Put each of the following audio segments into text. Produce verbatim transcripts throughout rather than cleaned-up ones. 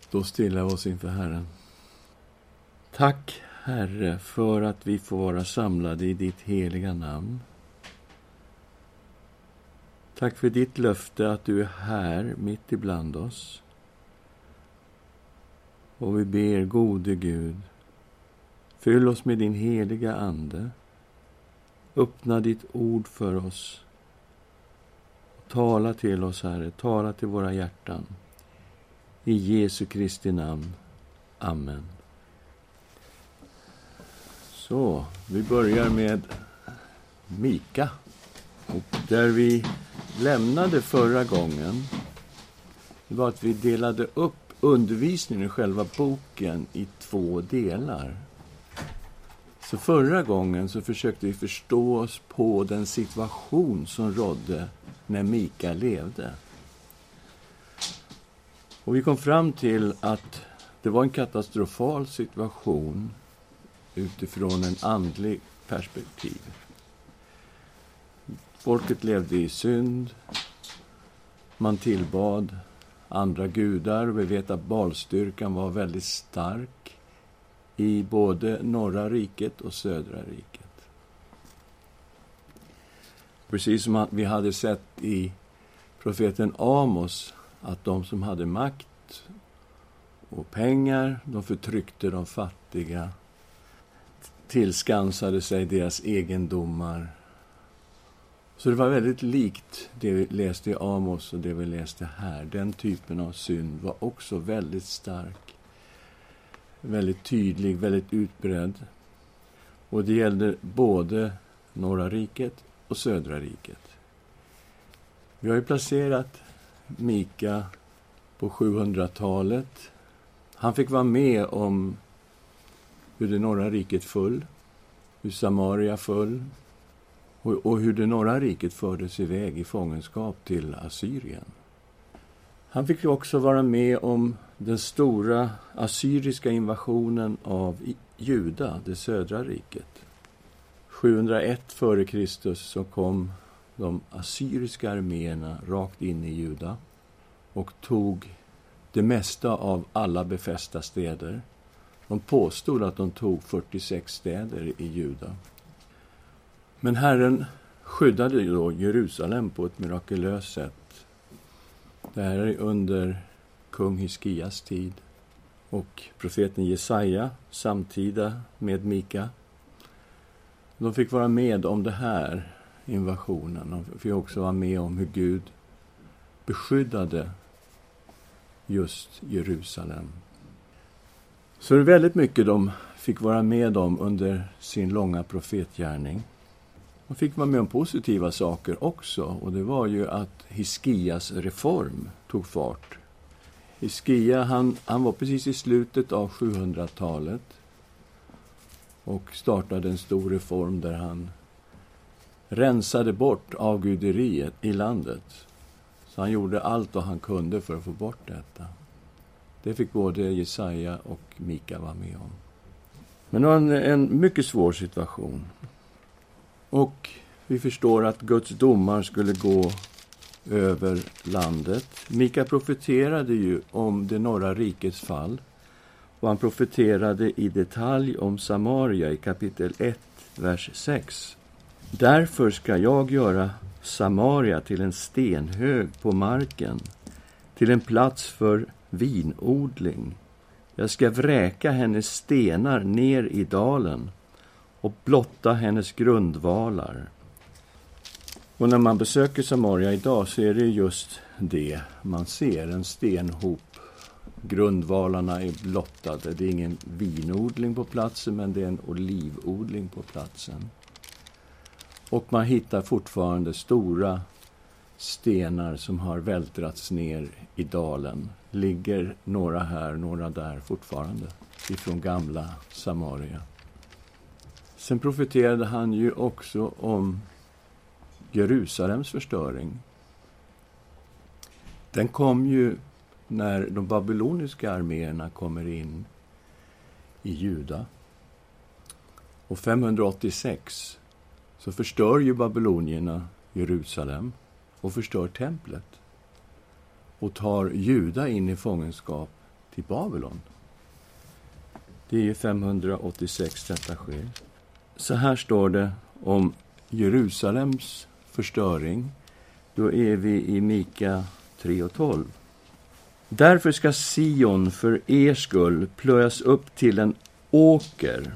Stå stilla oss inför Herren. Tack, Herre, för att vi får vara samlade i ditt heliga namn. Tack för ditt löfte att du är här mitt ibland oss. Och vi ber, gode Gud, fyll oss med din heliga ande. Öppna ditt ord för oss. Tala till oss, Herre. Tala till våra hjärtan. I Jesu Kristi namn. Amen. Så, vi börjar med Mika. Och där vi lämnade förra gången var att vi delade upp undervisningen i själva boken i två delar. Så förra gången så försökte vi förstå oss på den situation som rådde när Mika levde. Och vi kom fram till att det var en katastrofal situation utifrån en andlig perspektiv. Folket levde i synd. Man tillbad andra gudar. Vi vet att Baalstyrkan var väldigt stark i både norra riket och södra riket. Precis som vi hade sett i profeten Amos, att de som hade makt och pengar, de förtryckte de fattiga, tillskansade sig deras egendomar. Så det var väldigt likt det vi läste i Amos och det vi läste här. Den typen av synd var också väldigt stark, väldigt tydlig, väldigt utbredd. Och det gällde både norra riket och södra riket. Vi har ju placerat Mika på sjuhundratalet. Han fick vara med om hur det norra riket föll, hur Samaria föll och, och hur det norra riket fördes iväg i fångenskap till Assyrien. Han fick också vara med om den stora assyriska invasionen av Juda, det södra riket. sjuhundraett före Kristus så kom de assyriska arméerna rakt in i Juda och tog det mesta av alla befästa städer. De påstod att de tog fyrtiosex städer i Juda. Men Herren skyddade då Jerusalem på ett mirakulöst sätt. Det här är under kung Hiskias tid och profeten Jesaja samtida med Mika. De fick vara med om det här invasionen. De fick också vara med om hur Gud beskyddade just Jerusalem. Så det är väldigt mycket de fick vara med om under sin långa profetgärning. De fick vara med om positiva saker också. Och det var ju att Hiskias reform tog fart. Hiskia, han, han var precis i slutet av sjuhundratalet. Och startade en stor reform där han rensade bort avguderiet i landet. Så han gjorde allt vad han kunde för att få bort detta. Det fick både Jesaja och Mika vara med om. Men det var en, en mycket svår situation. Och vi förstår att Guds domar skulle gå över landet. Mika profeterade ju om det norra rikets fall. Och han profeterade i detalj om Samaria i kapitel ett, vers sex. Därför ska jag göra Samaria till en stenhög på marken, till en plats för vinodling. Jag ska vräka hennes stenar ner i dalen och blotta hennes grundvalar. Och när man besöker Samaria idag så är det just det man ser, en stenhop. Grundvalarna är blottade. Det är ingen vinodling på platsen, men det är en olivodling på platsen. Och man hittar fortfarande stora stenar som har vältrats ner i dalen. Ligger några här, några där fortfarande. Ifrån gamla Samaria. Sen profeterade han ju också om Jerusalems förstöring. Den kom ju när de babyloniska arméerna kommer in i Juda. Och femhundraåttiosex så förstör ju babylonierna Jerusalem och förstör templet. Och tar Juda in i fångenskap till Babylon. Det är ju femhundraåttiosex detta sker. Så här står det om Jerusalems förstöring. Då är vi i Mika tre och tolv. Därför ska Sion för er skull plöjas upp till en åker.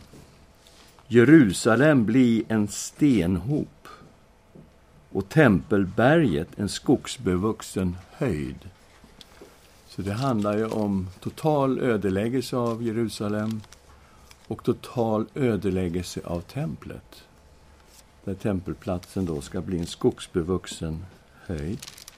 Jerusalem blir en stenhop och tempelberget en skogsbevuxen höjd. Så det handlar ju om total ödeläggelse av Jerusalem och total ödeläggelse av templet. Där tempelplatsen då ska bli en skogsbevuxen höjd.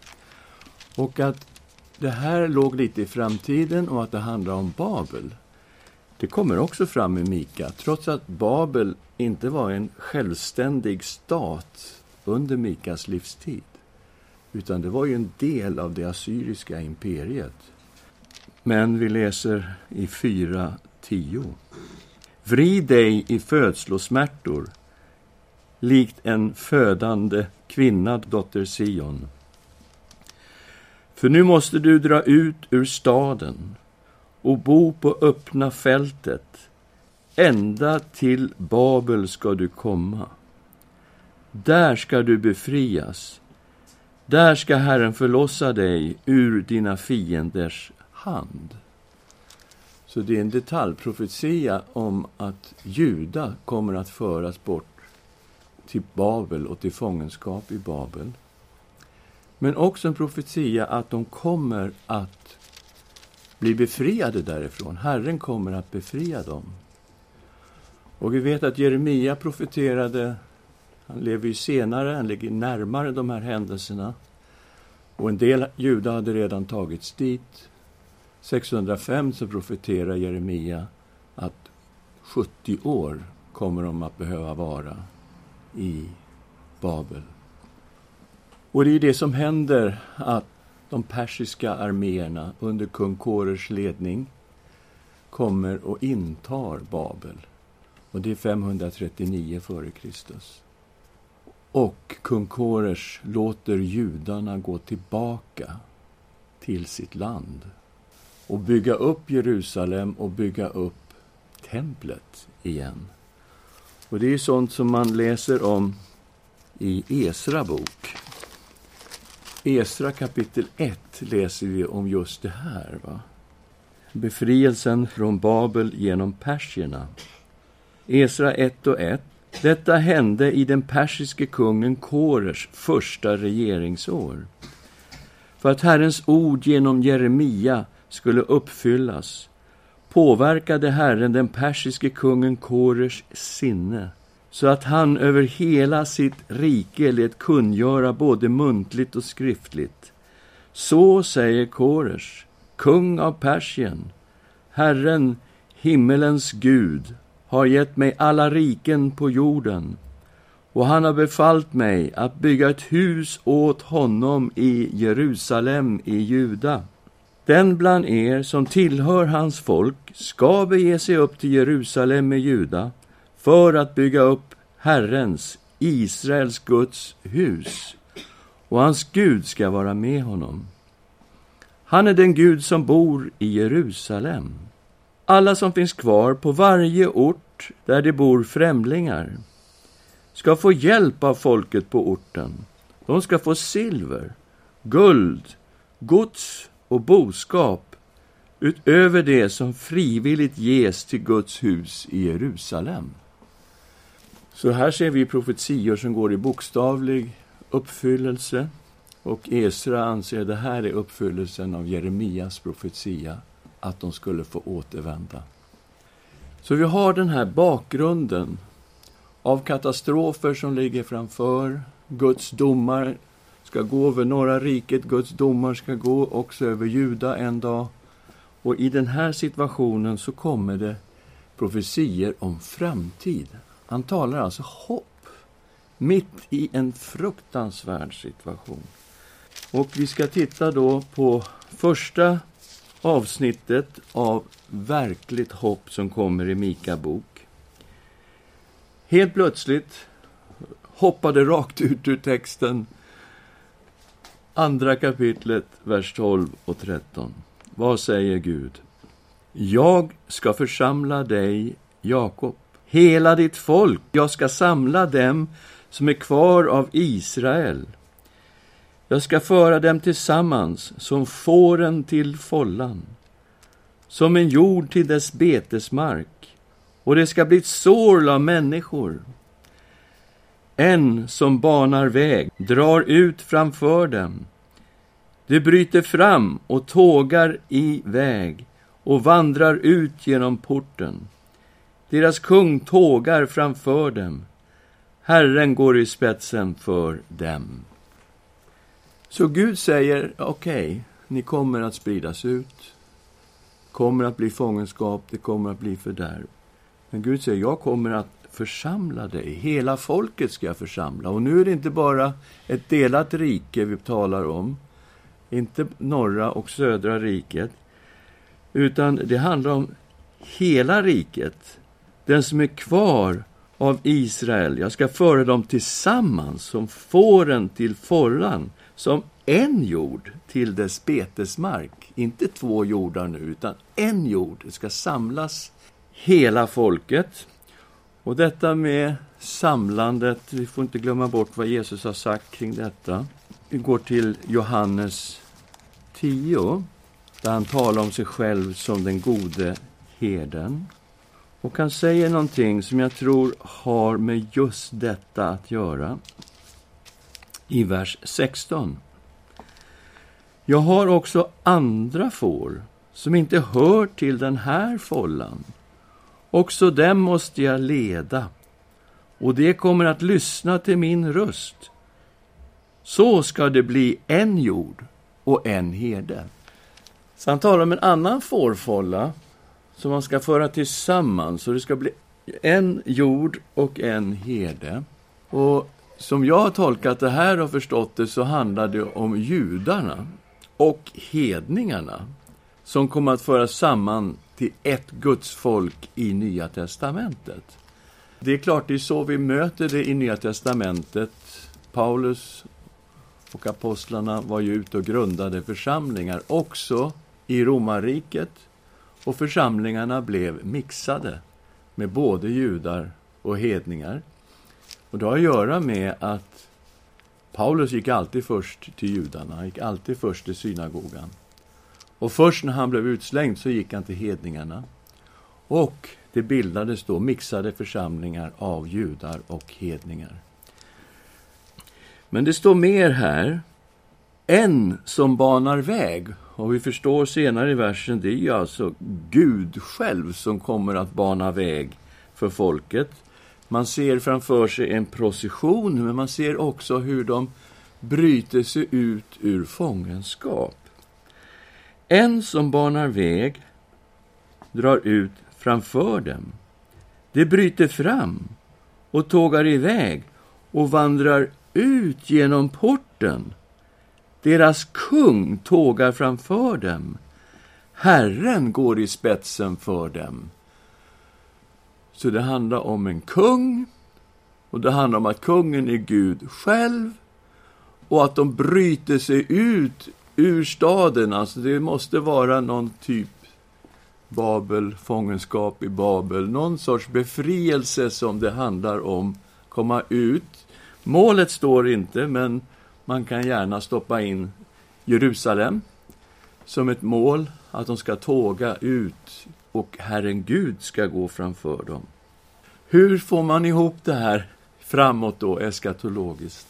Och att det här låg lite i framtiden och att det handlar om Babel. Det kommer också fram i Mika, trots att Babel inte var en självständig stat under Mikas livstid. Utan det var ju en del av det assyriska imperiet. Men vi läser i fyra tio. Vrid dig i födslosmärtor, likt en födande kvinna, dotter Sion. För nu måste du dra ut ur staden och bo på öppna fältet. Ända till Babel ska du komma. Där ska du befrias. Där ska Herren förlossa dig ur dina fienders hand. Så det är en detaljprofetia om att Juda kommer att föras bort till Babel och till fångenskap i Babel. Men också en profetia att de kommer att bli befriade därifrån. Herren kommer att befria dem. Och vi vet att Jeremia profeterade, han lever ju senare, han ligger närmare de här händelserna. Och en del judar hade redan tagits dit. sexhundrafem så profeterar Jeremia att sjuttio år kommer de att behöva vara i Babel. Och det är det som händer, att de persiska arméerna under kung Kores ledning kommer och intar Babel. Och det är femhundratrettionio före Kristus. Och kung Kores låter judarna gå tillbaka till sitt land och bygga upp Jerusalem och bygga upp templet igen. Och det är sånt som man läser om i Esra bok. Esra kapitel ett läser vi om just det här, va? Befrielsen från Babel genom persierna. Esra ett och ett. Detta hände i den persiske kungen Kores första regeringsår. För att Herrens ord genom Jeremia skulle uppfyllas, påverkade Herren den persiske kungen Kores sinne, så att han över hela sitt rike lät kungöra både muntligt och skriftligt. Så säger Kores, kung av Persien: Herren, himmelens Gud, har gett mig alla riken på jorden, och han har befallt mig att bygga ett hus åt honom i Jerusalem i Juda. Den bland er som tillhör hans folk ska bege sig upp till Jerusalem i Juda för att bygga upp Herrens, Israels Guds hus, och hans Gud ska vara med honom. Han är den Gud som bor i Jerusalem. Alla som finns kvar på varje ort där det bor främlingar ska få hjälp av folket på orten. De ska få silver, guld, gods och boskap utöver det som frivilligt ges till Guds hus i Jerusalem. Så här ser vi profetior som går i bokstavlig uppfyllelse, och Esra anser det här är uppfyllelsen av Jeremias profetia, att de skulle få återvända. Så vi har den här bakgrunden av katastrofer som ligger framför. Guds domar ska gå över norra riket, Guds domar ska gå också över Juda en dag. Och i den här situationen så kommer det profetier om framtid. Han talar alltså hopp mitt i en fruktansvärd situation. Och vi ska titta då på första avsnittet av verkligt hopp som kommer i Mika bok. Helt plötsligt hoppade rakt ut ur texten andra kapitlet, vers tolv och tretton. Vad säger Gud? Jag ska församla dig, Jakob, hela ditt folk. Jag ska samla dem som är kvar av Israel. Jag ska föra dem tillsammans som fåren till follan, som en jord till dess betesmark, och det ska bli ett sål av människor. En som banar väg drar ut framför dem. De bryter fram och tågar i väg och vandrar ut genom porten. Deras kung tågar framför dem. Herren går i spetsen för dem. Så Gud säger, okej, okay, ni kommer att spridas ut. Kommer att bli fångenskap, det kommer att bli fördärv. Men Gud säger, jag kommer att församla dig. Hela folket ska jag församla. Och nu är det inte bara ett delat rike vi talar om. Inte norra och södra riket. Utan det handlar om hela riket. Den som är kvar av Israel. Jag ska föra dem tillsammans som fåren till follan. Som en jord till dess betesmark. Inte två jordar nu, utan en jord. Det ska samlas hela folket. Och detta med samlandet, vi får inte glömma bort vad Jesus har sagt kring detta. Vi går till Johannes tio, där han talar om sig själv som den gode herden. Och han säger någonting som jag tror har med just detta att göra. I vers sexton. Jag har också andra får som inte hör till den här follan. Också dem måste jag leda, och det kommer att lyssna till min röst. Så ska det bli en jord och en herde. Så han talar om en annan fårfålla som man ska föra tillsammans. Så det ska bli en jord och en herde. Och som jag har tolkat det här och förstått det, så handlar det om judarna och hedningarna som kommer att föras samman till ett Guds folk i Nya testamentet. Det är klart, det är så vi möter det i Nya testamentet. Paulus och apostlarna var ju ute och grundade församlingar också i romarriket, och församlingarna blev mixade med både judar och hedningar. Och det har att göra med att Paulus gick alltid först till judarna, han gick alltid först till synagogan. Och först när han blev utslängd så gick han till hedningarna. Och det bildades då mixade församlingar av judar och hedningar. Men det står mer här. En som banar väg. Och vi förstår senare i versen, det är ju alltså Gud själv som kommer att bana väg för folket. Man ser framför sig en procession, men man ser också hur de bryter sig ut ur fångenskap. En som banar väg drar ut framför dem. De bryter fram och tågar iväg och vandrar ut genom porten. Deras kung tågar framför dem. Herren går i spetsen för dem. Så det handlar om en kung, och det handlar om att kungen är Gud själv, och att de bryter sig ut ur staden. Alltså det måste vara någon typ Babel, fångenskap i Babel, någon sorts befrielse som det handlar om, komma ut. Målet står inte, men man kan gärna stoppa in Jerusalem som ett mål, att de ska tåga ut och Herren Gud ska gå framför dem. Hur får man ihop det här framåt då eskatologiskt?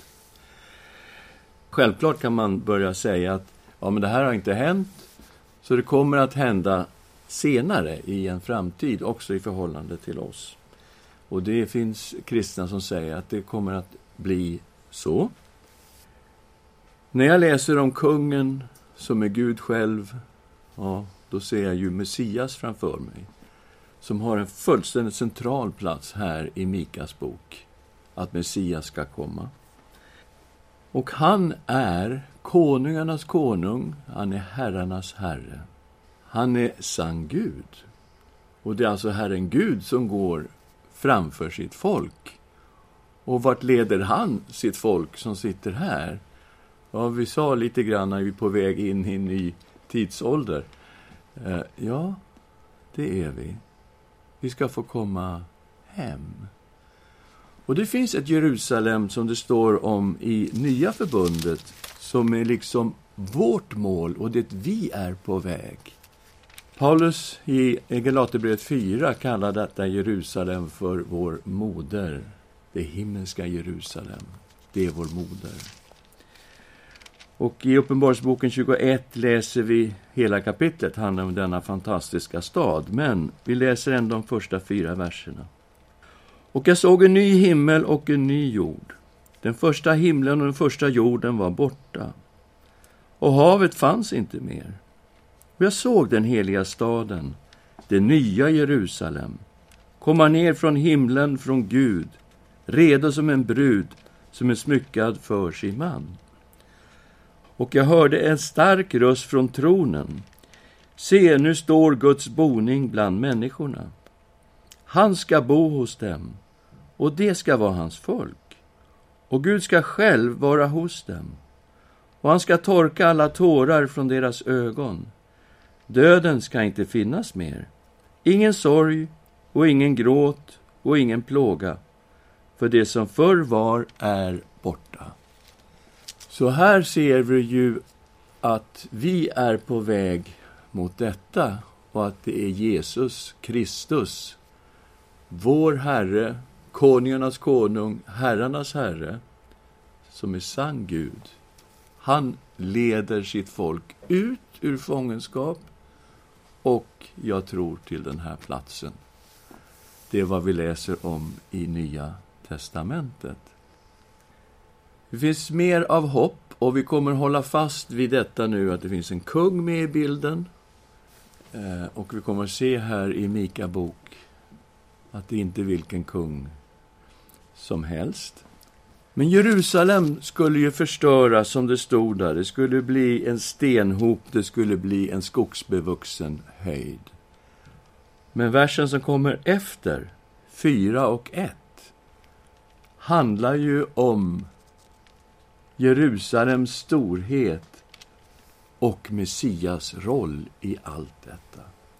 Självklart kan man börja säga att ja, men det här har inte hänt, så det kommer att hända senare i en framtid också i förhållande till oss. Och det finns kristna som säger att det kommer att bli så. När jag läser om kungen som är Gud själv, ja, då ser jag ju Messias framför mig, som har en fullständigt central plats här i Mikas bok, att Messias ska komma. Och han är konungarnas konung, han är herrarnas herre. Han är sann Gud. Och det är alltså Herren Gud som går framför sitt folk. Och vart leder han sitt folk som sitter här? Ja, vi sa lite grann när vi är på väg in i en ny tidsålder. Eh, ja, det är vi. Vi ska få komma hem. Och det finns ett Jerusalem som det står om i Nya förbundet som är liksom vårt mål och det vi är på väg. Paulus i Galaterbrevet fyra kallar detta Jerusalem för vår moder. Det himmelska Jerusalem, det är vår moder. Och i Uppenbarelseboken tjugoett läser vi hela kapitlet, handlar om denna fantastiska stad. Men vi läser ändå de första fyra verserna. Och jag såg en ny himmel och en ny jord. Den första himlen och den första jorden var borta. Och havet fanns inte mer. Och jag såg den heliga staden, det nya Jerusalem, komma ner från himlen från Gud, redo som en brud som är smyckad för sin man. Och jag hörde en stark röst från tronen. Se, nu står Guds boning bland människorna. Han ska bo hos dem, och det ska vara hans folk. Och Gud ska själv vara hos dem. Och han ska torka alla tårar från deras ögon. Döden ska inte finnas mer. Ingen sorg och ingen gråt och ingen plåga. För det som förr var är borta. Så här ser vi ju att vi är på väg mot detta och att det är Jesus Kristus, vår Herre, konungarnas konung, herrarnas Herre, som är sann Gud. Han leder sitt folk ut ur fångenskap och jag tror till den här platsen. Det är vad vi läser om i Nya testamentet. Det finns mer av hopp och vi kommer hålla fast vid detta nu att det finns en kung med i bilden. Eh, och vi kommer se här i Mika bok att det inte är vilken kung som helst. Men Jerusalem skulle ju förstöras som det stod där. Det skulle bli en stenhop, det skulle bli en skogsbevuxen höjd. Men versen som kommer efter, fyra och ett, handlar ju om Jerusalems storhet och Messias roll i allt detta.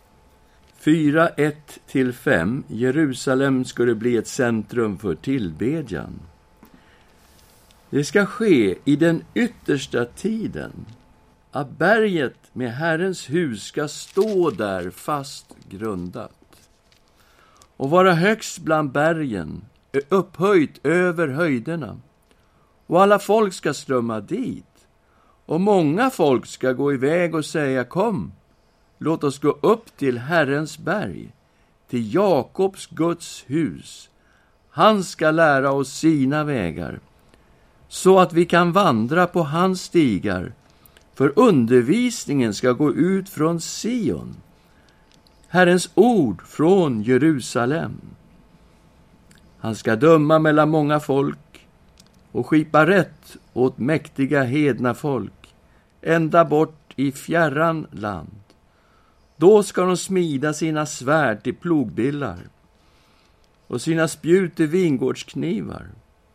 fyra, ett till fem. Jerusalem skulle bli ett centrum för tillbedjan. Det ska ske i den yttersta tiden att berget med Herrens hus ska stå där fast grundat och vara högst bland bergen, upphöjt över höjderna. Och alla folk ska strömma dit. Och många folk ska gå iväg och säga, kom, låt oss gå upp till Herrens berg, till Jakobs Guds hus. Han ska lära oss sina vägar, så att vi kan vandra på hans stigar. För undervisningen ska gå ut från Sion, Herrens ord från Jerusalem. Han ska döma mellan många folk och skipa rätt åt mäktiga hedna folk, ända bort i fjärran land. Då ska de smida sina svärd till plogbillar och sina spjut till vingårdsknivar.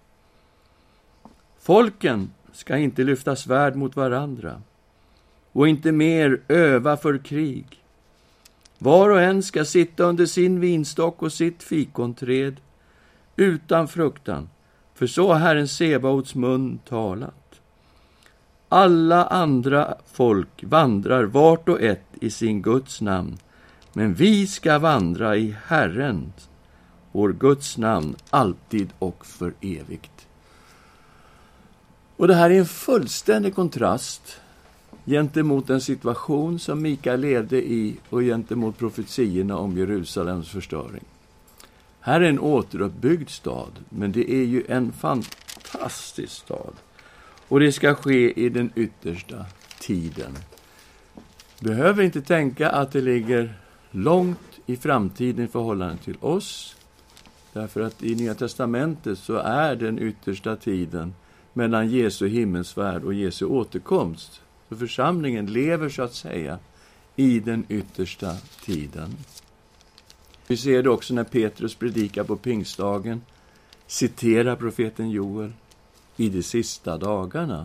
Folken ska inte lyfta svärd mot varandra och inte mer öva för krig. Var och en ska sitta under sin vinstock och sitt fikonträd utan fruktan, för så har Herren Sebaots mun talat. Alla andra folk vandrar vart och ett i sin Guds namn, men vi ska vandra i Herren, vår Guds namn, alltid och för evigt. Och det här är en fullständig kontrast gentemot den situation som Mika levde i och gentemot profetierna om Jerusalems förstöring. Här är en återuppbyggd stad, men det är ju en fantastisk stad. Och det ska ske i den yttersta tiden. Behöver inte tänka att det ligger långt i framtiden i förhållande till oss. Därför att i Nya testamentet så är den yttersta tiden mellan Jesu himmelsfärd och Jesu återkomst. Så församlingen lever så att säga i den yttersta tiden. Vi ser det också när Petrus predikar på pingstdagen, citerar profeten Joel. I de sista dagarna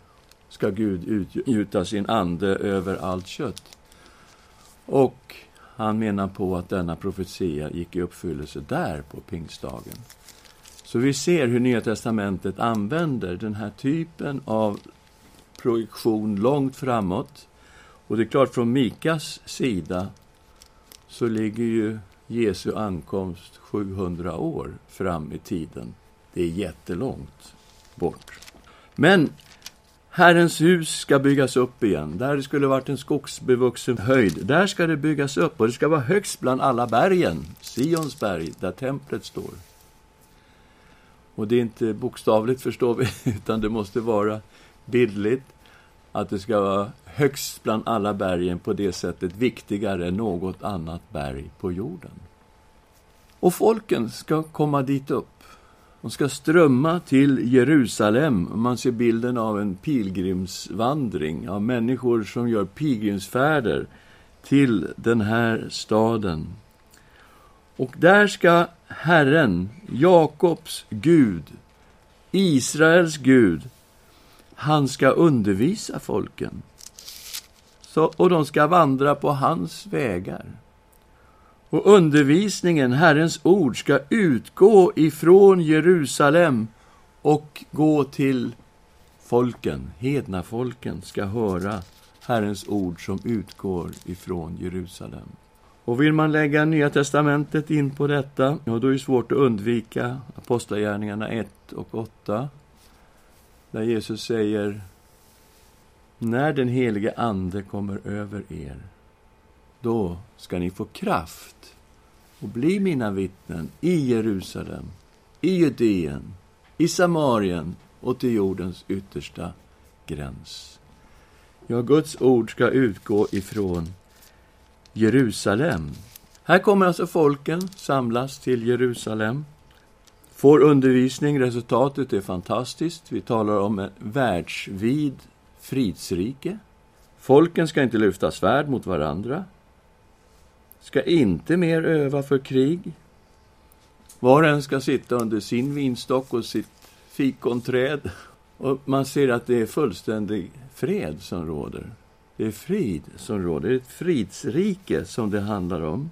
ska Gud utgjuta sin ande över allt kött. Och han menar på att denna profetia gick i uppfyllelse där på pingstdagen. Så vi ser hur Nya testamentet använder den här typen av projektion långt framåt. Och det är klart, från Mikas sida så ligger ju Jesu ankomst sjuhundra år fram i tiden. Det är jättelångt bort. Men Herrens hus ska byggas upp igen. Där det skulle varit en skogsbevuxen höjd, där ska det byggas upp. Och det ska vara högst bland alla bergen. Sions berg, där templet står. Och det är inte bokstavligt, förstår vi, utan det måste vara bildligt. Att det ska vara högst bland alla bergen, på det sättet viktigare än något annat berg på jorden. Och folken ska komma dit upp. De ska strömma till Jerusalem. Man ser bilden av en pilgrimsvandring, av människor som gör pilgrimsfärder till den här staden. Och där ska Herren, Jakobs Gud, Israels Gud, han ska undervisa folken. Så, och de ska vandra på hans vägar. Och undervisningen, Herrens ord, ska utgå ifrån Jerusalem och gå till folken. Hedna folken ska höra Herrens ord som utgår ifrån Jerusalem. Och vill man lägga Nya testamentet in på detta, ja, då är det svårt att undvika Apostlagärningarna ett och åtta. Där Jesus säger: när den helige ande kommer över er, då ska ni få kraft och bli mina vittnen i Jerusalem, i Judeen, i Samarien och till jordens yttersta gräns. Ja, Guds ord ska utgå ifrån Jerusalem. Här kommer alltså folken samlas till Jerusalem, får undervisning. Resultatet är fantastiskt. Vi talar om en världsvid fridsrike. Folken ska inte lyfta svärd mot varandra, ska inte mer öva för krig. Var och en ska sitta under sin vinstock och sitt fikonträd. Och man ser att det är fullständig fred som råder. Det är frid som råder. Det är ett fridsrike som det handlar om.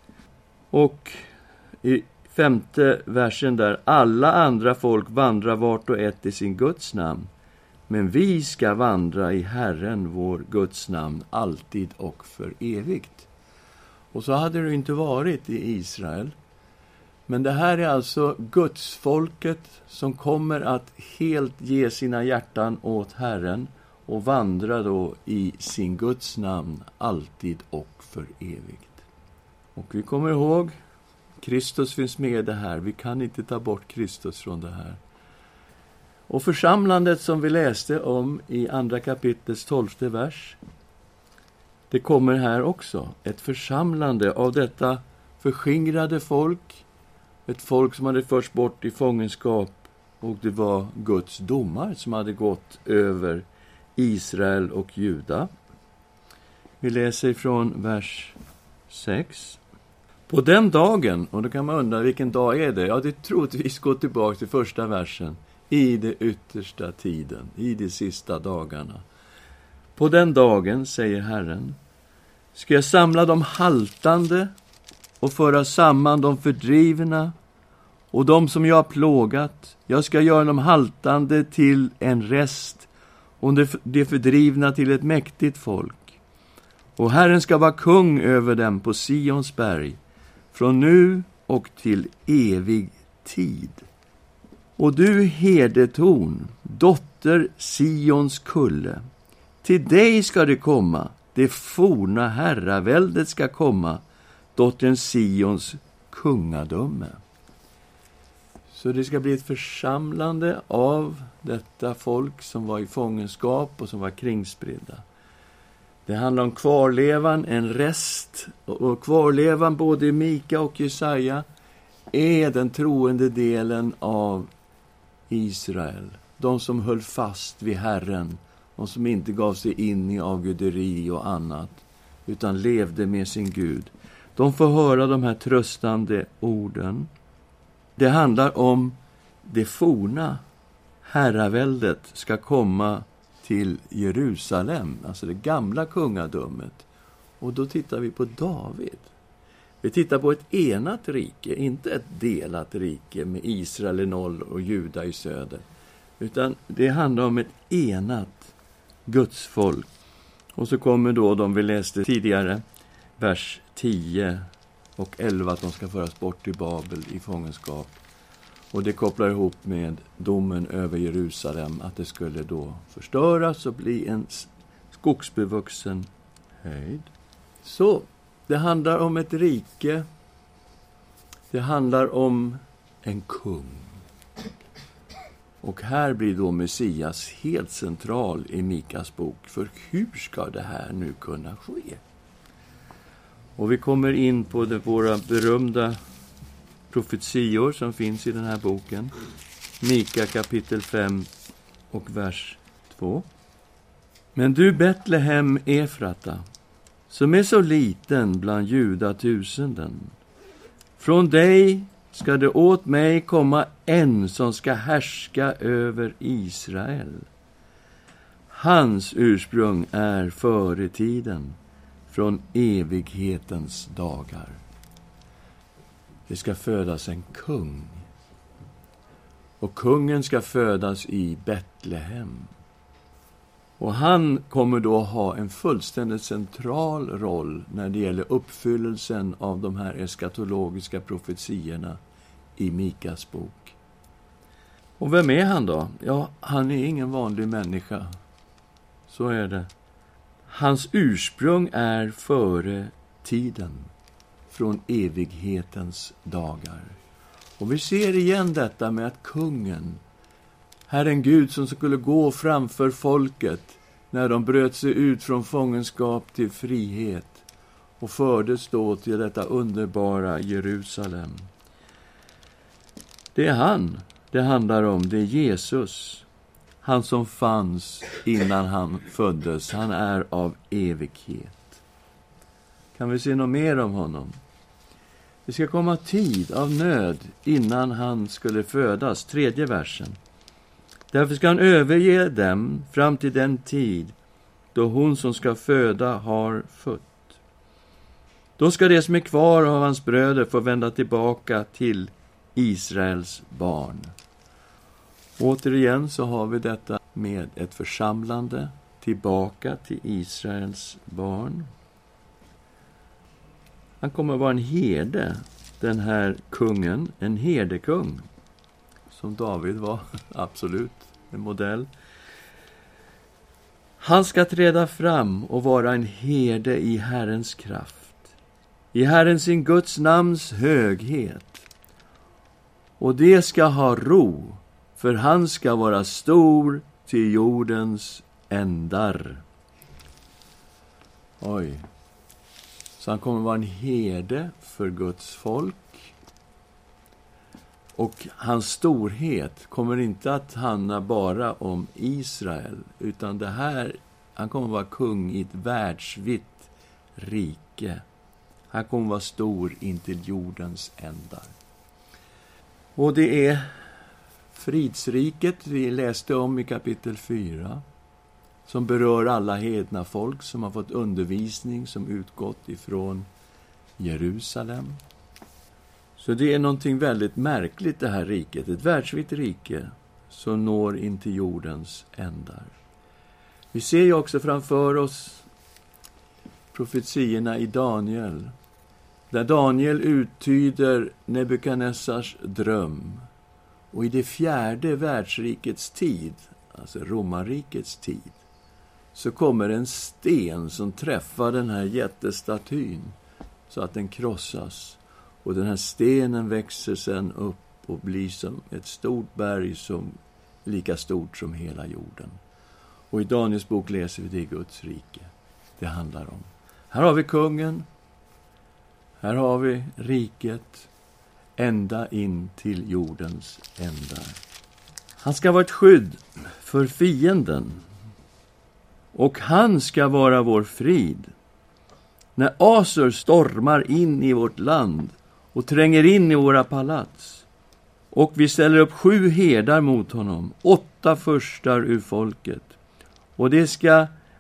Och i femte versen där: alla andra folk vandrar vart och ett i sin Guds namn. Men vi ska vandra i Herren, vår Guds namn, alltid och för evigt. Och så hade det inte varit i Israel. Men det här är alltså Guds folket som kommer att helt ge sina hjärtan åt Herren och vandra då i sin Guds namn alltid och för evigt. Och vi kommer ihåg, Kristus finns med det här. Vi kan inte ta bort Kristus från det här. Och församlandet som vi läste om i andra kapitlets tolfte vers, det kommer här också. Ett församlande av detta förskingrade folk. Ett folk som hade förts bort i fångenskap. Och det var Guds domar som hade gått över Israel och Juda. Vi läser från vers sex. På den dagen, och då kan man undra vilken dag är det? Ja, det troligtvis går tillbaka till första versen. I det yttersta tiden, i de sista dagarna. På den dagen, säger Herren, ska jag samla de haltande och föra samman de fördrivna och de som jag har plågat. Jag ska göra de haltande till en rest och de fördrivna till ett mäktigt folk. Och Herren ska vara kung över dem på Sions berg, från nu och till evig tid. Och du herdetorn, dotter Sions kulle, till dig ska det komma, det forna herraväldet ska komma, dottern Sions kungadöme. Så det ska bli ett församlande av detta folk som var i fångenskap och som var kringspridda. Det handlar om kvarlevan, en rest. Och kvarlevan både i Mika och Jesaja är den troende delen av Israel. De som höll fast vid Herren. De som inte gav sig in i avguderi och annat, utan levde med sin Gud. De får höra de här tröstande orden. Det handlar om det forna herraväldet ska komma till Jerusalem, alltså det gamla kungadömet. Och då tittar vi på David. Vi tittar på ett enat rike, inte ett delat rike med Israel i norr och Juda i söder. Utan det handlar om ett enat Guds folk. Och så kommer då de vi läste tidigare, vers tio och elva, att de ska föras bort till Babel i fångenskap. Och det kopplar ihop med domen över Jerusalem, att det skulle då förstöras och bli en skogsbevuxen höjd. Så det handlar om ett rike. Det handlar om en kung. Och här blir då Messias helt central i Mikas bok. För hur ska det här nu kunna ske? Och vi kommer in på de, våra berömda profetior som finns i den här boken. Mika kapitel fem och vers två. Men du Betlehem Efrata, som är så liten bland judatusenden, från dig ska det åt mig komma en som ska härska över Israel. Hans ursprung är före tiden, från evighetens dagar. Det ska födas en kung. Och kungen ska födas i Betlehem. Och han kommer då ha en fullständigt central roll när det gäller uppfyllelsen av de här eskatologiska profetierna i Mikas bok. Och vem är han då? Ja, han är ingen vanlig människa. Så är det. Hans ursprung är före tiden, från evighetens dagar. Och vi ser igen detta med att kungen, Herren Gud som skulle gå framför folket när de bröt sig ut från fångenskap till frihet och fördes då till detta underbara Jerusalem. Det är han det handlar om, det är Jesus. Han som fanns innan han föddes, han är av evighet. Kan vi se något mer om honom? Det ska komma tid av nöd innan han skulle födas, tredje versen. Därför ska han överge dem fram till den tid då hon som ska föda har fött. Då ska det som är kvar av hans bröder få vända tillbaka till Israels barn. Återigen så har vi detta med ett församlande tillbaka till Israels barn. Han kommer att vara en herde, den här kungen, en herdekung. Som David var, absolut, en modell. Han ska träda fram och vara en herde i Herrens kraft, i Herrens sin Guds namns höghet. Och det ska ha ro, för han ska vara stor till jordens ändar. Oj. Så han kommer vara en herde för Guds folk. Och hans storhet kommer inte att handla bara om Israel, utan det här, han kommer vara kung i ett världsvitt rike. Han kommer vara stor intill jordens ändar. Och det är fridsriket vi läste om i kapitel fyra, som berör alla hedna folk som har fått undervisning som utgått ifrån Jerusalem. Så det är någonting väldigt märkligt, det här riket, ett världsvitt rike som når in till jordens ändar. Vi ser ju också framför oss profetierna i Daniel, där Daniel uttyder Nebukadnessars dröm. Och i det fjärde världsrikets tid, alltså romarrikets tid, så kommer en sten som träffar den här jättestatyn så att den krossas. Och den här stenen växer sen upp och blir som ett stort berg som lika stort som hela jorden. Och i Daniels bok läser vi det i Guds rike det handlar om. Här har vi kungen. Här har vi riket ända in till jordens ändar. Han ska vara ett skydd för fienden. Och han ska vara vår frid. När Asur stormar in i vårt land och tränger in i våra palats, och vi ställer upp sju herdar mot honom, åtta förstar ur folket, och det ska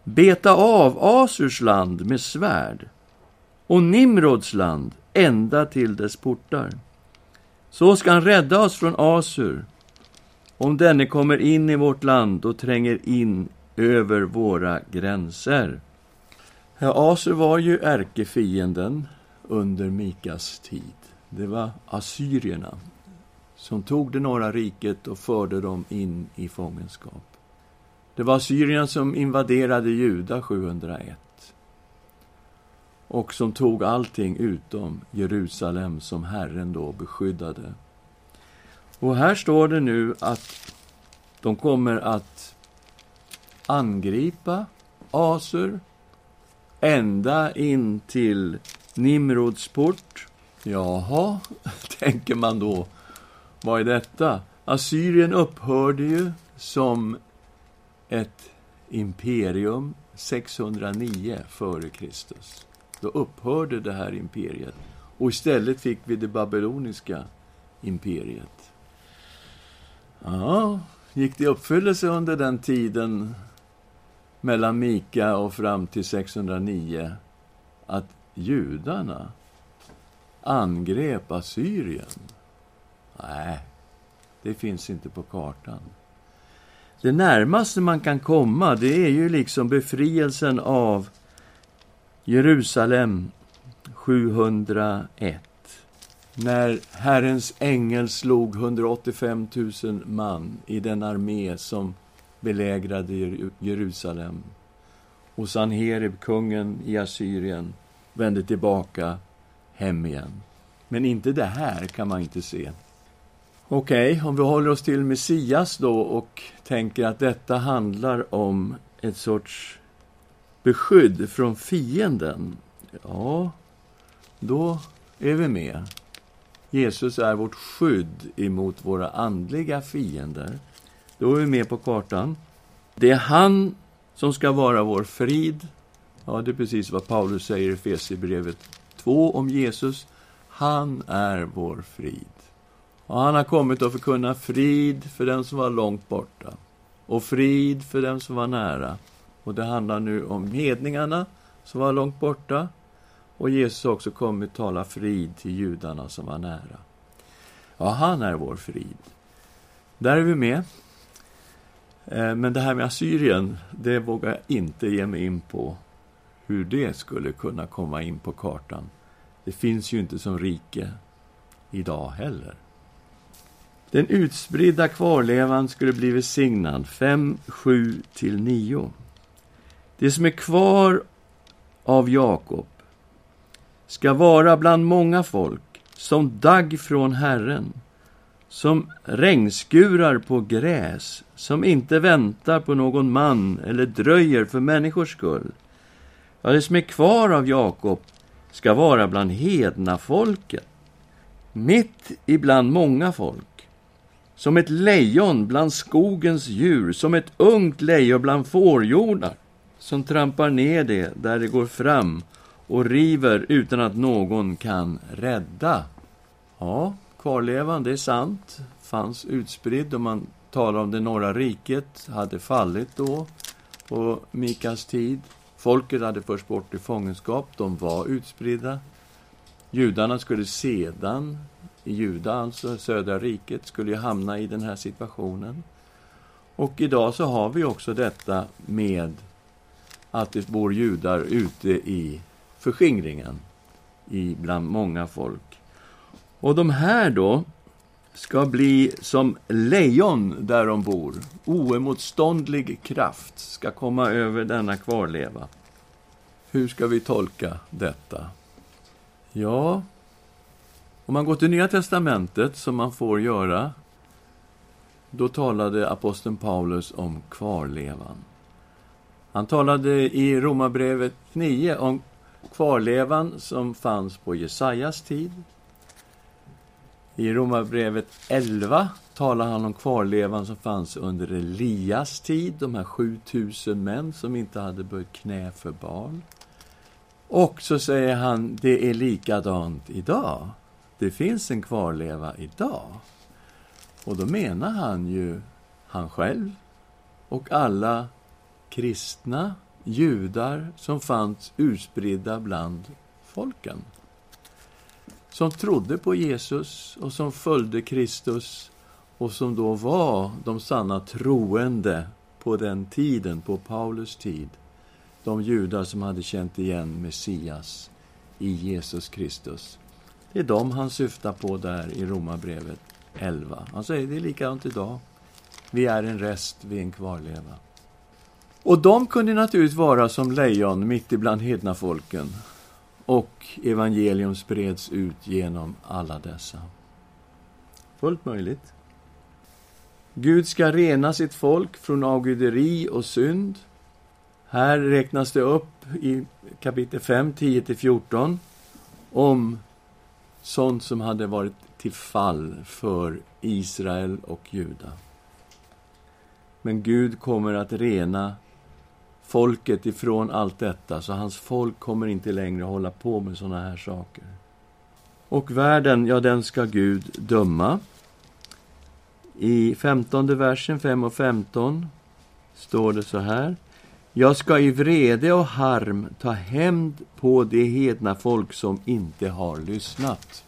beta av Asurs land med svärd och Nimrods land ända till dess portar. Så ska han rädda oss från Asur, om denne kommer in i vårt land och tränger in över våra gränser. Ja, Asur var ju ärkefienden under Mikas tid. Det var assyrierna som tog det norra riket och förde dem in i fångenskap. Det var assyrierna som invaderade Juda sjuhundraett och som tog allting utom Jerusalem som Herren då beskyddade. Och här står det nu att de kommer att angripa Asur ända in till Nimrods port. Jaha, tänker man då. Vad är detta? Assyrien upphörde ju som ett imperium sexhundranio före Kristus. Då upphörde det här imperiet. Och istället fick vi det babyloniska imperiet. Ja, gick det i uppfyllelse under den tiden mellan Mika och fram till sexhundranio att judarna angrep Assyrien? Nej, det finns inte på kartan. Det närmaste man kan komma, det är ju liksom befrielsen av Jerusalem sjuhundraett. När Herrens ängel slog hundraåttiofem tusen man i den armé som belägrade Jerusalem. Och Sanherib, kungen i Assyrien, vände tillbaka hem igen. Men inte det här kan man inte se. Okej, okay, om vi håller oss till Messias då och tänker att detta handlar om ett sorts beskydd från fienden. Ja, då är vi med. Jesus är vårt skydd emot våra andliga fiender. Då är vi med på kartan. Det är han som ska vara vår frid. Ja, det är precis vad Paulus säger i Efesierbrevet två om Jesus. Han är vår frid. Och han har kommit att förkunna frid för den som var långt borta. Och frid för den som var nära. Och det handlar nu om hedningarna som var långt borta. Och Jesus har också kommit att tala frid till judarna som var nära. Ja, han är vår frid. Där är vi med. Men det här med Assyrien, det vågar jag inte ge mig in på. Hur det skulle kunna komma in på kartan. Det finns ju inte som rike idag heller. Den utspridda kvarlevan skulle bli välsignad fem, sju till nio. Det som är kvar av Jakob ska vara bland många folk som dagg från Herren, som regnskurar på gräs, som inte väntar på någon man eller dröjer för människors skull. Ja, det som är kvar av Jakob ska vara bland hedna folket, mitt ibland många folk. Som ett lejon bland skogens djur, som ett ungt lejon bland fårjordar, som trampar ner det där det går fram och river utan att någon kan rädda. Ja, kvarlevan, det är sant. Fanns utspridd, om man talar om det norra riket, hade fallit då på Mikas tid. Folket hade först bort i fångenskap, de var utspridda. Judarna skulle sedan, i Juda, alltså södra riket, skulle ju hamna i den här situationen. Och idag så har vi också detta med att det bor judar ute i förskingringen i bland många folk. Och de här då ska bli som lejon där de bor. Oemotståndlig kraft ska komma över denna kvarleva. Hur ska vi tolka detta? Ja, om man går till Nya testamentet, som man får göra, då talade aposteln Paulus om kvarlevan. Han talade i Romarbrevet nio om kvarlevan som fanns på Jesajas tid. I Romarbrevet elva talar han om kvarlevan som fanns under Elias tid, de här sjutusen män som inte hade böjt knä för barn. Och så säger han, det är likadant idag. Det finns en kvarleva idag. Och då menar han ju han själv och alla kristna judar som fanns utspridda bland folken. Som trodde på Jesus och som följde Kristus och som då var de sanna troende på den tiden, på Paulus tid. De judar som hade känt igen Messias i Jesus Kristus. Det är de han syftar på där i Romarbrevet elva. Han säger det är likadant idag. Vi är en rest, vi är en kvarleva. Och de kunde naturligtvis vara som lejon mitt ibland hedna folken. Och evangelium spreds ut genom alla dessa. Fullt möjligt. Gud ska rena sitt folk från avguderi och synd. Här räknas det upp i kapitel fem, tio till fjorton om sånt som hade varit till fall för Israel och Juda. Men Gud kommer att rena folket ifrån allt detta, så hans folk kommer inte längre hålla på med såna här saker. Och världen, ja, den ska Gud döma. I femtonde versen, fem och femton, står det så här: jag ska i vrede och harm ta hämnd på det hedna folk som inte har lyssnat.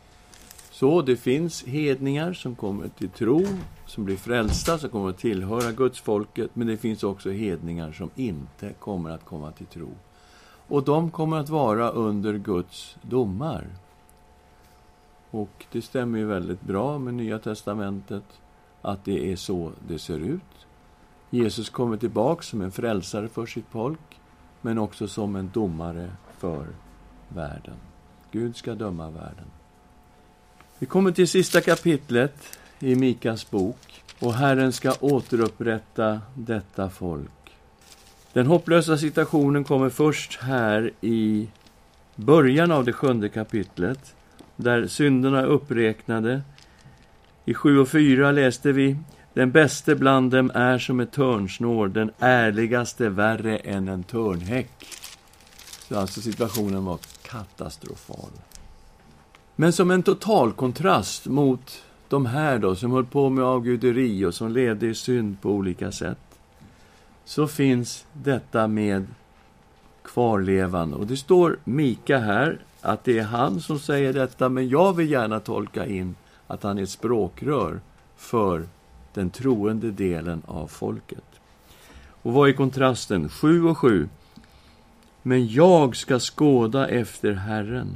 Så det finns hedningar som kommer till tro, som blir frälsta, som kommer att tillhöra Guds folket, men det finns också hedningar som inte kommer att komma till tro. Och de kommer att vara under Guds domar. Och det stämmer ju väldigt bra med Nya testamentet att det är så det ser ut. Jesus kommer tillbaka som en frälsare för sitt folk, men också som en domare för världen. Gud ska döma världen. Vi kommer till sista kapitlet i Mikas bok, och Herren ska återupprätta detta folk. Den hopplösa situationen kommer först här i början av det sjunde kapitlet, där synderna är uppräknade. I sju och fyra läste vi: den bäste bland dem är som ett törnsnår, den ärligaste värre än en törnhäck. Så alltså situationen var katastrofal. Men som en total kontrast mot de här då, som höll på med avguderi och som levde i synd på olika sätt, så finns detta med kvarlevan. Och det står Mika här, att det är han som säger detta, men jag vill gärna tolka in att han är ett språkrör för den troende delen av folket. Och vad är kontrasten? sju och sju. Men jag ska skåda efter Herren.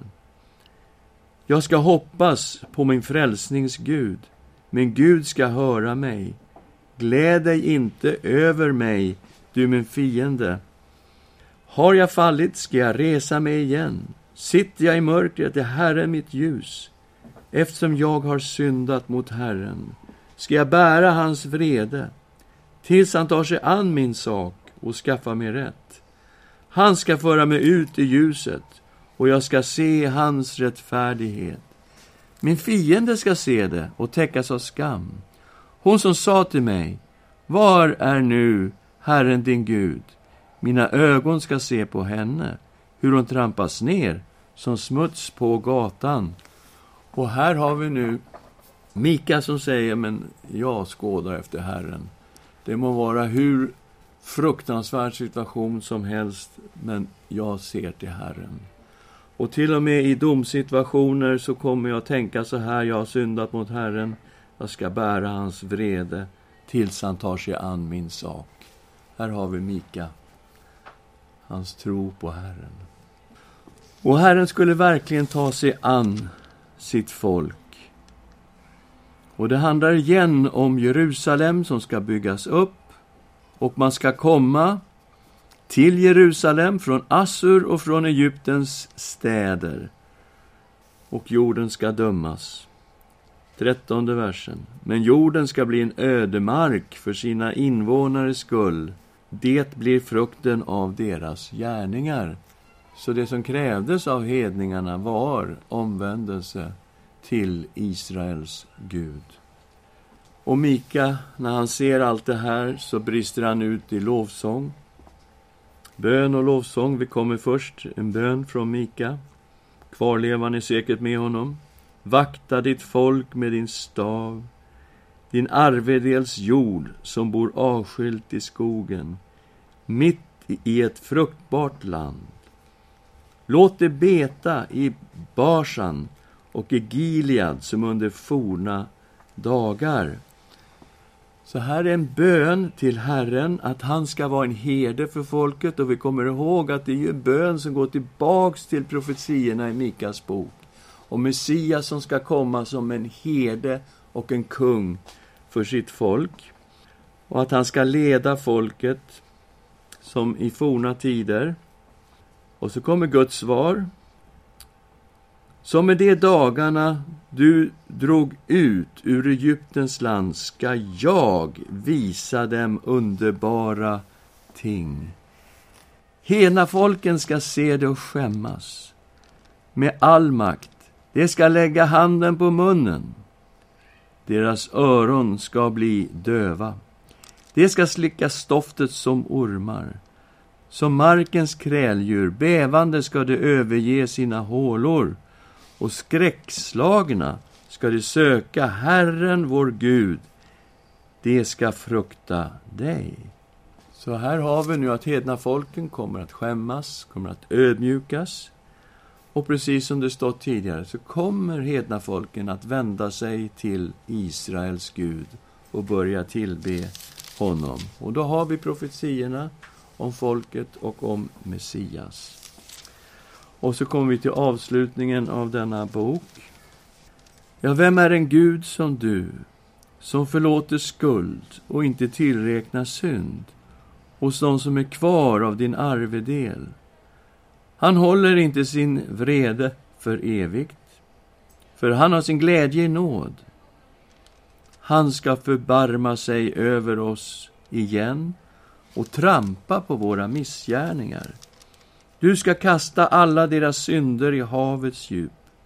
Jag ska hoppas på min frälsnings Gud, men Gud ska höra mig. Gläd dig inte över mig, du min fiende. Har jag fallit ska jag resa mig igen. Sitter jag i mörkret är Herren mitt ljus. Eftersom jag har syndat mot Herren ska jag bära hans vrede, tills han tar sig an min sak och skaffar mig rätt. Han ska föra mig ut i ljuset, och jag ska se hans rättfärdighet. Min fiende ska se det och täckas av skam. Hon som sa till mig: var är nu Herren din Gud? Mina ögon ska se på henne, hur hon trampas ner som smuts på gatan. Och här har vi nu Mika som säger: men jag skådar efter Herren. Det må vara hur fruktansvärd situation som helst, men jag ser till Herren. Och till och med i domsituationer så kommer jag att tänka så här: jag har syndat mot Herren, jag ska bära hans vrede tills han tar sig an min sak. Här har vi Mika, hans tro på Herren. Och Herren skulle verkligen ta sig an sitt folk. Och det handlar igen om Jerusalem som ska byggas upp, och man ska komma till Jerusalem från Assur och från Egyptens städer, och jorden ska dömas. Trettonde versen. Men jorden ska bli en ödemark för sina invånares skull. Det blir frukten av deras gärningar. Så det som krävdes av hedningarna var omvändelse till Israels Gud. Och Mika, när han ser allt det här, så brister han ut i lovsång. Bön och lovsång. Vi kommer först en bön från Mika. Kvarlevan är säkert med honom. Vakta ditt folk med din stav, din arvedels jord som bor avskilt i skogen. Mitt i ett fruktbart land. Låt det beta i Basan och i Gilead som under forna dagar. Så här är en bön till Herren att han ska vara en herde för folket. Och vi kommer ihåg att det är ju en bön som går tillbaks till profetierna i Mikas bok. Och Messias som ska komma som en herde och en kung för sitt folk. Och att han ska leda folket som i forna tider. Och så kommer Guds svar. Som med de dagarna du drog ut ur Egyptens land ska jag visa dem underbara ting. Hela folken ska se det och skämmas. Med all makt. De ska lägga handen på munnen. Deras öron ska bli döva. De ska slicka stoftet som ormar. Som markens kräldjur, bävande ska de överge sina hålor. Och skräckslagna ska de söka Herren vår Gud. De ska frukta dig. Så här har vi nu att hedna folken kommer att skämmas, kommer att ödmjukas. Och precis som det stått tidigare så kommer hedna folken att vända sig till Israels Gud och börja tillbe honom. Och då har vi profetierna om folket och om Messias. Och så kommer vi till avslutningen av denna bok. Ja, vem är en Gud som du, som förlåter skuld och inte tillräknar synd, hos de som är kvar av din arvedel? Han håller inte sin vrede för evigt, för han har sin glädje i nåd. Han ska förbarma sig över oss igen och trampa på våra missgärningar. Du ska kasta alla deras synder i havets djup.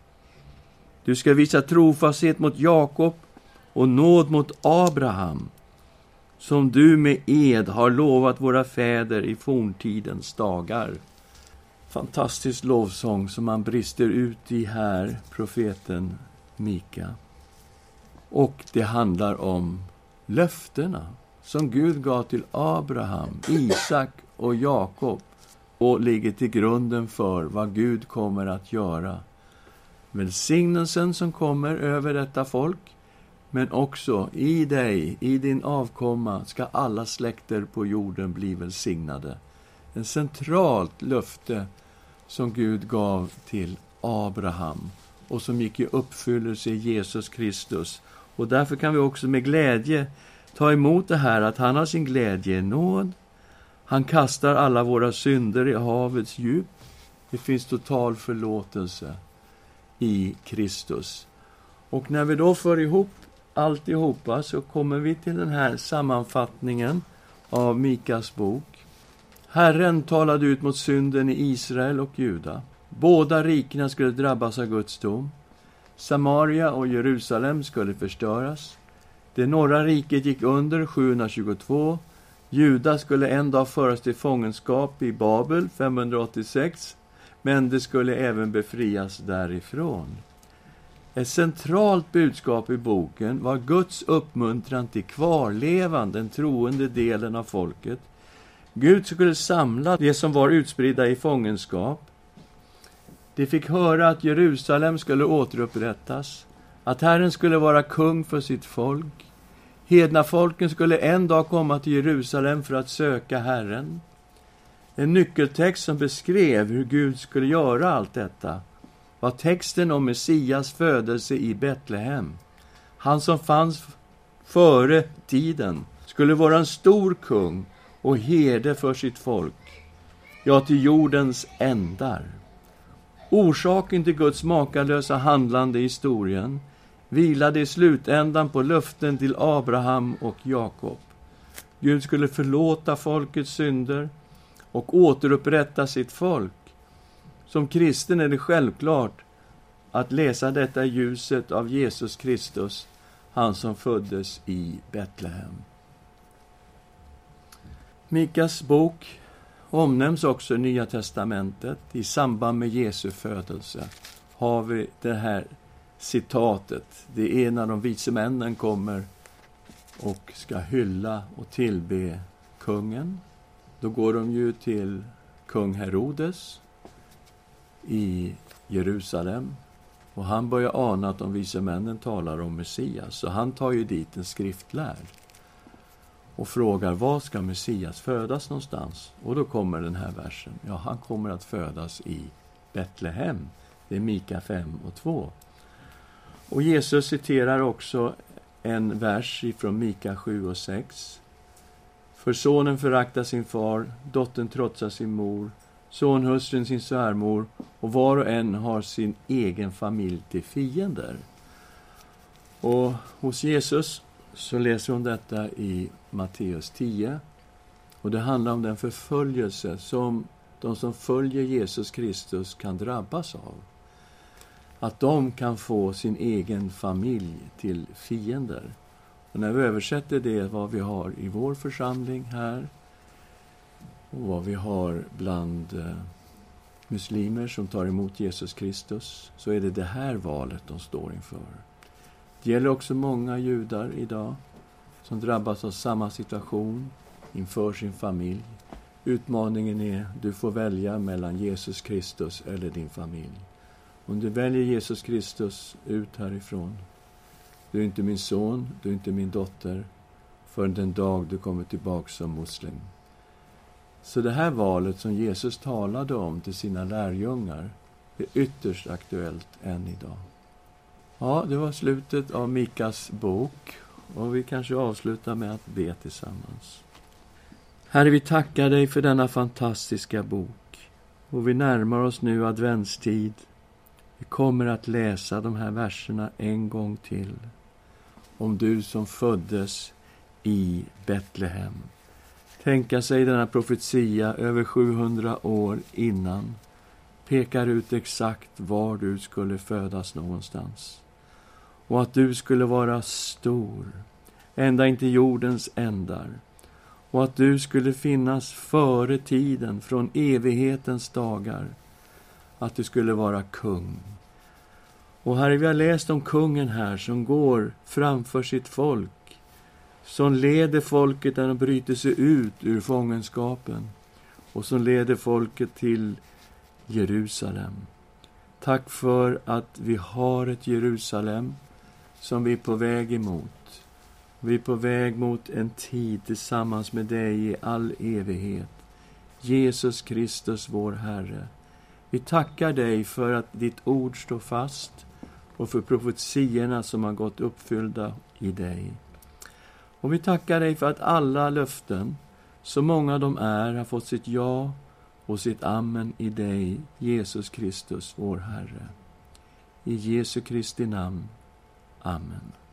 Du ska visa trofasthet mot Jakob och nåd mot Abraham, som du med ed har lovat våra fäder i forntidens dagar. Fantastisk lovsång som man brister ut i här, profeten Mika. Och det handlar om löftena som Gud gav till Abraham, Isak och Jakob. Och ligger till grunden för vad Gud kommer att göra. Välsignelsen som kommer över detta folk. Men också i dig, i din avkomma, ska alla släkter på jorden bli välsignade. En centralt löfte som Gud gav till Abraham. Och som gick i uppfyllelse i Jesus Kristus. Och därför kan vi också med glädje ta emot det här att han har sin glädje i nåd. Han kastar alla våra synder i havets djup. Det finns total förlåtelse i Kristus. Och när vi då för ihop alltihopa så kommer vi till den här sammanfattningen av Mikas bok. Herren talade ut mot synden i Israel och Juda. Båda rikena skulle drabbas av Guds dom. Samaria och Jerusalem skulle förstöras. Det norra riket gick under sjuhundratjugotvå. Juda skulle en dag föras till fångenskap i Babel femhundraåttiosex, men det skulle även befrias därifrån. Ett centralt budskap i boken var Guds uppmuntran till kvarlevande, den troende delen av folket. Gud skulle samla det som var utspridda i fångenskap. De fick höra att Jerusalem skulle återupprättas, att Herren skulle vara kung för sitt folk. Hedna folken skulle en dag komma till Jerusalem för att söka Herren. En nyckeltext som beskrev hur Gud skulle göra allt detta var texten om Messias födelse i Betlehem. Han som fanns före tiden skulle vara en stor kung och herde för sitt folk, ja till jordens ändar. Orsaken till Guds makalösa handlande i historien vilade i slutändan på löften till Abraham och Jakob. Gud skulle förlåta folkets synder och återupprätta sitt folk. Som kristen är det självklart att läsa detta i ljuset av Jesus Kristus, han som föddes i Betlehem. Mikas bok omnämns också i Nya testamentet. I samband med Jesu födelse har vi det här citatet. Det är när de vise männen kommer och ska hylla och tillbe kungen. då går de ju till kung Herodes i Jerusalem. Och han börjar ana att de vise männen talar om Messias. Så han tar ju dit en skriftlärd och frågar, var ska Messias födas någonstans? Och då kommer den här versen. Ja, han kommer att födas i Betlehem. Det är Mika fem och två. Och Jesus citerar också en vers ifrån Mika sju och sex. För sonen föraktar sin far, dottern trotsar sin mor, sonhustrun sin svärmor, och var och en har sin egen familj till fiender. Och hos Jesus så läser hon detta i Matteus tio. Och det handlar om den förföljelse som de som följer Jesus Kristus kan drabbas av. Att de kan få sin egen familj till fiender. Och när vi översätter det vad vi har i vår församling här och vad vi har bland eh, muslimer som tar emot Jesus Kristus, så är det det här valet de står inför. Det gäller också många judar idag som drabbas av samma situation inför sin familj. Utmaningen är, du får välja mellan Jesus Kristus eller din familj. Om du väljer Jesus Kristus, ut härifrån. Du är inte min son, du är inte min dotter, förrän den dag du kommer tillbaka som muslim. Så det här valet som Jesus talade om till sina lärjungar är ytterst aktuellt än idag. Ja, det var slutet av Mikas bok, och vi kanske avslutar med att be tillsammans. Herre, vi tackar dig för denna fantastiska bok, och vi närmar oss nu adventstid. Vi kommer att läsa de här verserna en gång till. Om du som föddes i Betlehem. Tänka sig denna profetia över sjuhundra år innan pekar ut exakt var du skulle födas någonstans. Och att du skulle vara stor, ända in till jordens ändar. Och att du skulle finnas före tiden, från evighetens dagar. Att du skulle vara kung. Och här vi har läst om kungen här som går framför sitt folk. Som leder folket när de bryter sig ut ur fångenskapen. Och som leder folket till Jerusalem. Tack för att vi har ett Jerusalem som vi är på väg emot. Vi är på väg mot en tid tillsammans med dig i all evighet. Jesus Kristus, vår Herre. Vi tackar dig för att ditt ord står fast och för profetierna som har gått uppfyllda i dig. Och vi tackar dig för att alla löften, så många de är, har fått sitt ja och sitt amen i dig, Jesus Kristus, vår Herre. I Jesu Kristi namn. Amen.